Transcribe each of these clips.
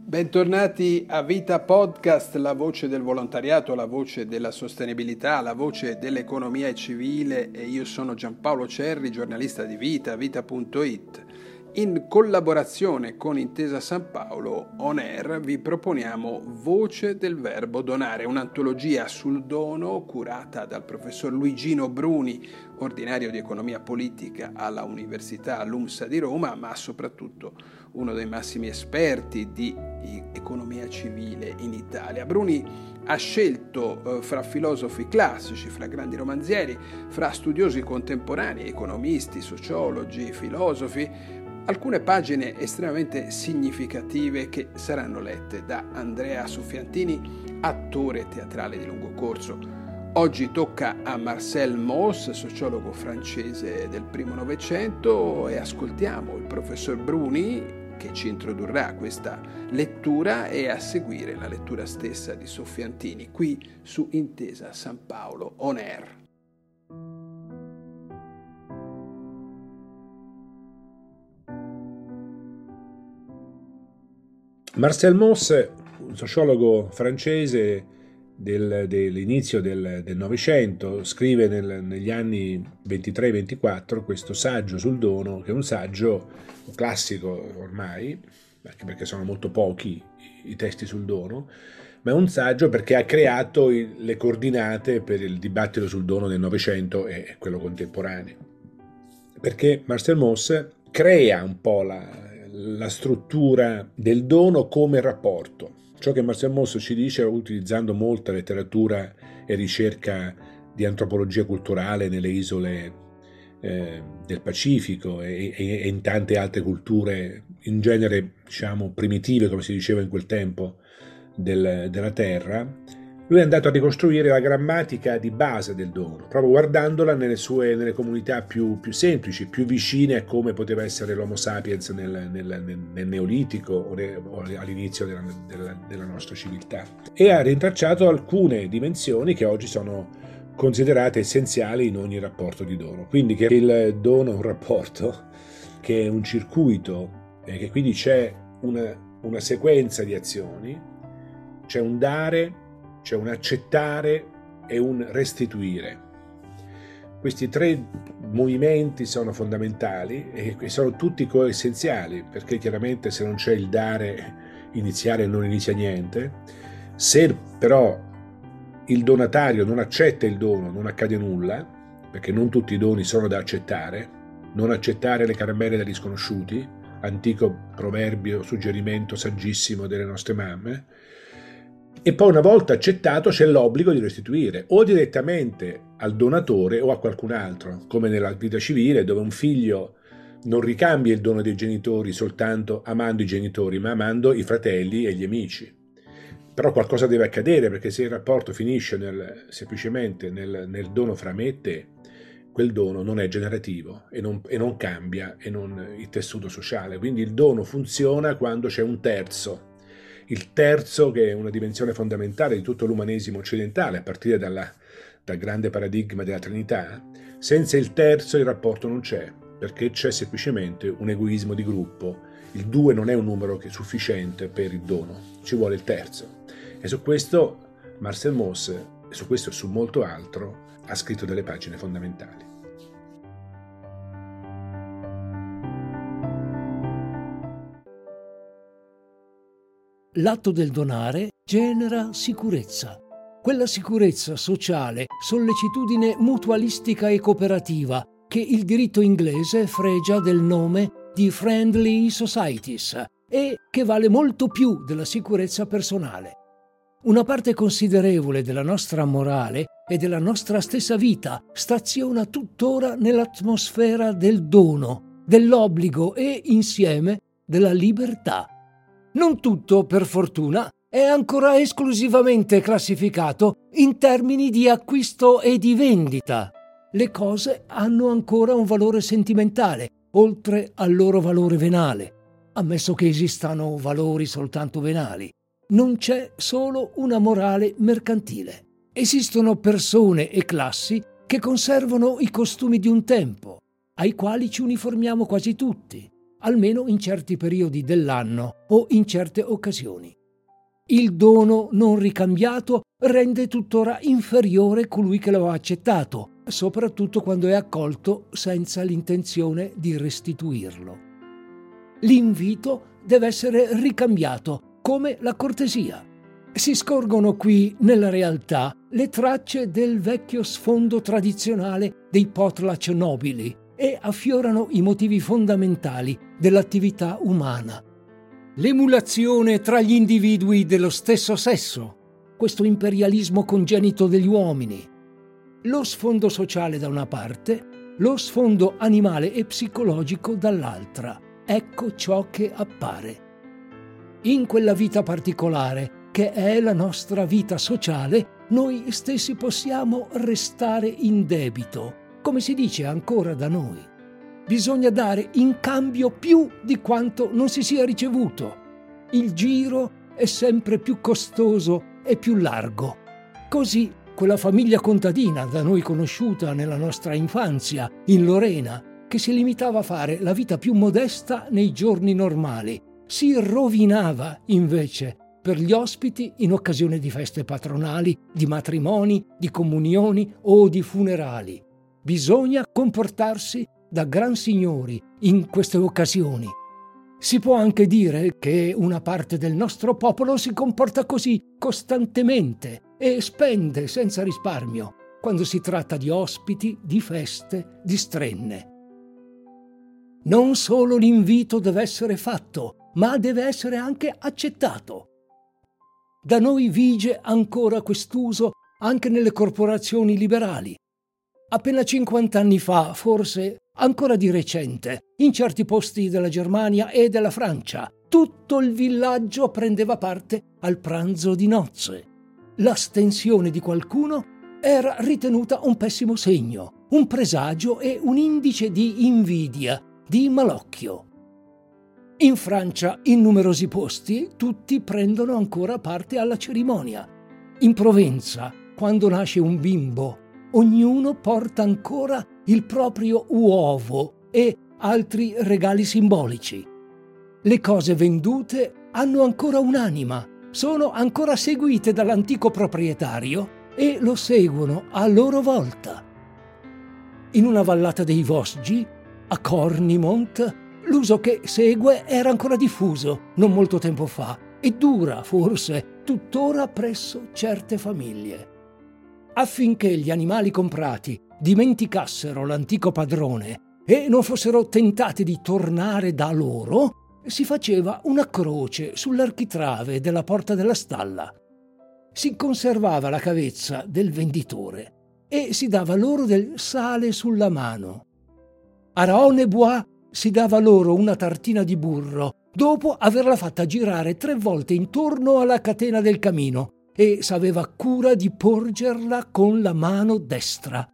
Bentornati a Vita Podcast, la voce del volontariato, la voce della sostenibilità, la voce dell'economia civile, e io sono Giampaolo Cerri, giornalista di Vita, Vita.it. In collaborazione con Intesa San Paolo On Air vi proponiamo Voce del Verbo Donare, un'antologia sul dono curata dal professor Luigino Bruni, ordinario di economia politica alla Università LUMSA di Roma, ma soprattutto uno dei massimi esperti di economia civile in Italia. Bruni ha scelto fra filosofi classici, fra grandi romanzieri, fra studiosi contemporanei, economisti, sociologi, filosofi, alcune pagine estremamente significative che saranno lette da Andrea Soffiantini, attore teatrale di lungo corso. Oggi tocca a Marcel Mauss, sociologo francese del primo Novecento, e ascoltiamo il professor Bruni che ci introdurrà a questa lettura e a seguire la lettura stessa di Soffiantini qui su Intesa San Paolo On Air. Marcel Mauss, un sociologo francese dell'inizio del Novecento, scrive negli anni 23-24 questo saggio sul dono, che è un saggio classico ormai, anche perché sono molto pochi i testi sul dono, ma è un saggio perché ha creato le coordinate per il dibattito sul dono del Novecento e quello contemporaneo. Perché Marcel Mauss crea un po' la struttura del dono come rapporto. Ciò che Marcel Mauss ci dice utilizzando molta letteratura e ricerca di antropologia culturale nelle isole del Pacifico e in tante altre culture, in genere diciamo primitive, come si diceva in quel tempo, della terra. Lui è andato a ricostruire la grammatica di base del dono, proprio guardandola nelle comunità più semplici, più vicine a come poteva essere l'Homo sapiens nel Neolitico o all'inizio della nostra civiltà. E ha rintracciato alcune dimensioni che oggi sono considerate essenziali in ogni rapporto di dono. Quindi che il dono è un rapporto, che è un circuito, e che quindi c'è una sequenza di azioni, c'è un dare, c'è un accettare e un restituire. Questi tre movimenti sono fondamentali e sono tutti coessenziali, perché chiaramente se non c'è il dare iniziare non inizia niente. Se però il donatario non accetta il dono, non accade nulla, perché non tutti i doni sono da accettare. Non accettare le caramelle dagli sconosciuti, antico proverbio, suggerimento saggissimo delle nostre mamme. E poi una volta accettato c'è l'obbligo di restituire o direttamente al donatore o a qualcun altro, come nella vita civile, dove un figlio non ricambia il dono dei genitori soltanto amando i genitori, ma amando i fratelli e gli amici. Però qualcosa deve accadere, perché se il rapporto finisce semplicemente nel dono fra me e te, quel dono non è generativo e non cambia il tessuto sociale. Quindi il dono funziona quando c'è un terzo. Il terzo, che è una dimensione fondamentale di tutto l'umanesimo occidentale, a partire dal grande paradigma della Trinità. Senza il terzo il rapporto non c'è, perché c'è semplicemente un egoismo di gruppo. Il 2 non è un numero che è sufficiente per il dono, ci vuole il terzo. E su questo Marcel Mauss, su questo e su molto altro, ha scritto delle pagine fondamentali. L'atto del donare genera sicurezza. Quella sicurezza sociale, sollecitudine mutualistica e cooperativa che il diritto inglese fregia del nome di Friendly Societies e che vale molto più della sicurezza personale. Una parte considerevole della nostra morale e della nostra stessa vita staziona tuttora nell'atmosfera del dono, dell'obbligo e, insieme, della libertà. Non tutto, per fortuna, è ancora esclusivamente classificato in termini di acquisto e di vendita. Le cose hanno ancora un valore sentimentale, oltre al loro valore venale, ammesso che esistano valori soltanto venali. Non c'è solo una morale mercantile. Esistono persone e classi che conservano i costumi di un tempo, ai quali ci uniformiamo quasi tutti, almeno in certi periodi dell'anno o in certe occasioni. Il dono non ricambiato rende tuttora inferiore colui che lo ha accettato, soprattutto quando è accolto senza l'intenzione di restituirlo. L'invito deve essere ricambiato, come la cortesia. Si scorgono qui, nella realtà, le tracce del vecchio sfondo tradizionale dei potlatch nobili e affiorano i motivi fondamentali dell'attività umana. L'emulazione tra gli individui dello stesso sesso, questo imperialismo congenito degli uomini, lo sfondo sociale da una parte, lo sfondo animale e psicologico dall'altra. Ecco ciò che appare. In quella vita particolare, che è la nostra vita sociale, noi stessi possiamo restare in debito, come si dice ancora da noi. Bisogna dare in cambio più di quanto non si sia ricevuto. Il giro è sempre più costoso e più largo. Così quella famiglia contadina da noi conosciuta nella nostra infanzia, in Lorena, che si limitava a fare la vita più modesta nei giorni normali, si rovinava invece per gli ospiti in occasione di feste patronali, di matrimoni, di comunioni o di funerali. Bisogna comportarsi da gran signori in queste occasioni. Si può anche dire che una parte del nostro popolo si comporta così costantemente e spende senza risparmio quando si tratta di ospiti, di feste, di strenne. Non solo l'invito deve essere fatto, ma deve essere anche accettato. Da noi vige ancora quest'uso anche nelle corporazioni liberali. Appena 50 anni fa, forse ancora di recente, in certi posti della Germania e della Francia, tutto il villaggio prendeva parte al pranzo di nozze. L'astensione di qualcuno era ritenuta un pessimo segno, un presagio e un indice di invidia, di malocchio. In Francia, in numerosi posti, tutti prendono ancora parte alla cerimonia. In Provenza, quando nasce un bimbo, ognuno porta ancora il proprio uovo e altri regali simbolici. Le cose vendute hanno ancora un'anima, sono ancora seguite dall'antico proprietario e lo seguono a loro volta. In una vallata dei Vosgi, a Cornimont, l'uso che segue era ancora diffuso non molto tempo fa e dura forse tuttora presso certe famiglie. Affinché gli animali comprati dimenticassero l'antico padrone e non fossero tentati di tornare da loro, si faceva una croce sull'architrave della porta della stalla. Si conservava la cavezza del venditore e si dava loro del sale sulla mano. A Raon-et-Bois si dava loro una tartina di burro dopo averla fatta girare 3 volte intorno alla catena del camino e s'aveva cura di porgerla con la mano destra.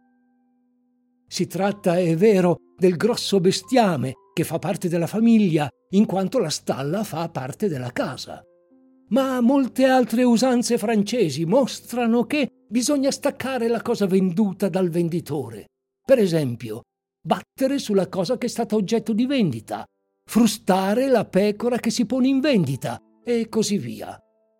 Si tratta, è vero, del grosso bestiame che fa parte della famiglia, in quanto la stalla fa parte della casa. Ma molte altre usanze francesi mostrano che bisogna staccare la cosa venduta dal venditore. Per esempio, battere sulla cosa che è stata oggetto di vendita, frustare la pecora che si pone in vendita e così via.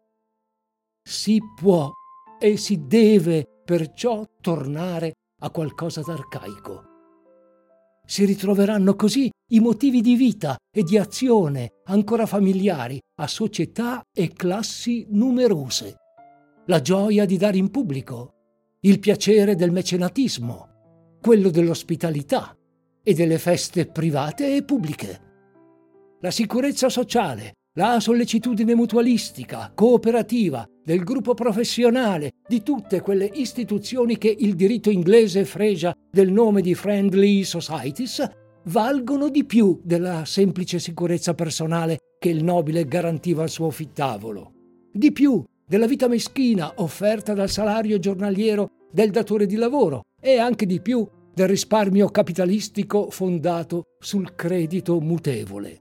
Si può e si deve perciò tornare a qualcosa d'arcaico. Si ritroveranno così i motivi di vita e di azione ancora familiari a società e classi numerose. La gioia di dare in pubblico, il piacere del mecenatismo, quello dell'ospitalità e delle feste private e pubbliche. La sicurezza sociale, la sollecitudine mutualistica, cooperativa, del gruppo professionale, di tutte quelle istituzioni che il diritto inglese fregia del nome di Friendly Societies, valgono di più della semplice sicurezza personale che il nobile garantiva al suo fittavolo, di più della vita meschina offerta dal salario giornaliero del datore di lavoro e anche di più del risparmio capitalistico fondato sul credito mutevole.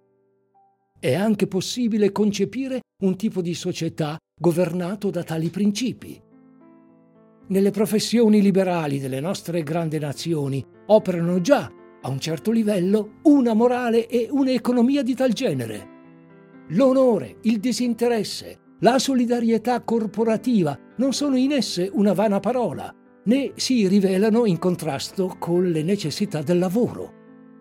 È anche possibile concepire un tipo di società governato da tali principi. Nelle professioni liberali delle nostre grandi nazioni operano già a un certo livello, una morale e un'economia di tal genere. L'onore, il disinteresse, la solidarietà corporativa non sono in esse una vana parola, né si rivelano in contrasto con le necessità del lavoro.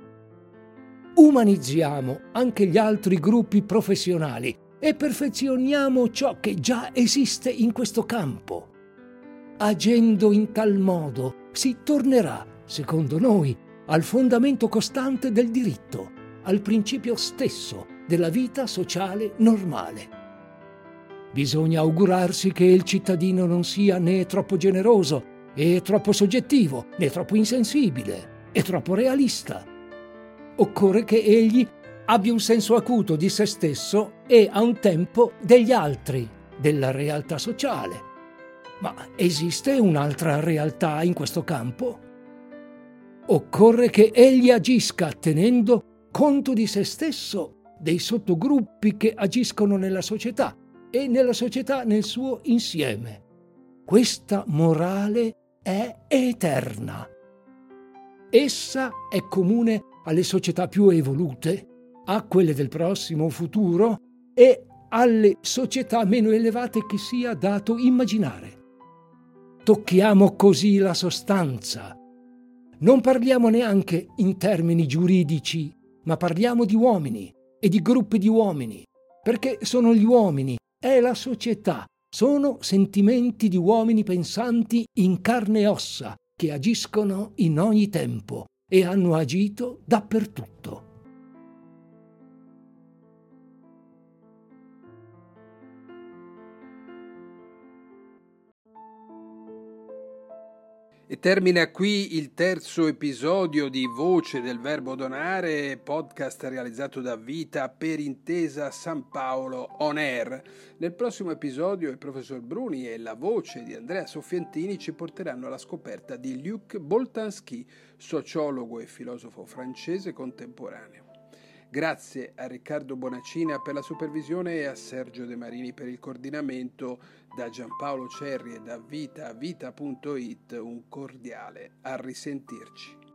Umanizziamo anche gli altri gruppi professionali e perfezioniamo ciò che già esiste in questo campo. Agendo in tal modo si tornerà, secondo noi, al fondamento costante del diritto, al principio stesso della vita sociale normale. Bisogna augurarsi che il cittadino non sia né troppo generoso e troppo soggettivo, né troppo insensibile e troppo realista. Occorre che egli abbia un senso acuto di se stesso e a un tempo degli altri, della realtà sociale. Ma esiste un'altra realtà in questo campo? Occorre che egli agisca tenendo conto di se stesso, dei sottogruppi che agiscono nella società e nella società nel suo insieme. Questa morale è eterna. Essa è comune alle società più evolute, a quelle del prossimo futuro e alle società meno elevate che sia dato immaginare. Tocchiamo così la sostanza. Non parliamo neanche in termini giuridici, ma parliamo di uomini e di gruppi di uomini, perché sono gli uomini, è la società, sono sentimenti di uomini pensanti in carne e ossa che agiscono in ogni tempo e hanno agito dappertutto. E termina qui il terzo episodio di Voce del Verbo Donare, podcast realizzato da Vita per Intesa San Paolo On Air. Nel prossimo episodio il professor Bruni e la voce di Andrea Soffientini ci porteranno alla scoperta di Luc Boltanski, sociologo e filosofo francese contemporaneo. Grazie a Riccardo Bonacina per la supervisione e a Sergio De Marini per il coordinamento. Da Giampaolo Cerri e da vita.it un cordiale a risentirci.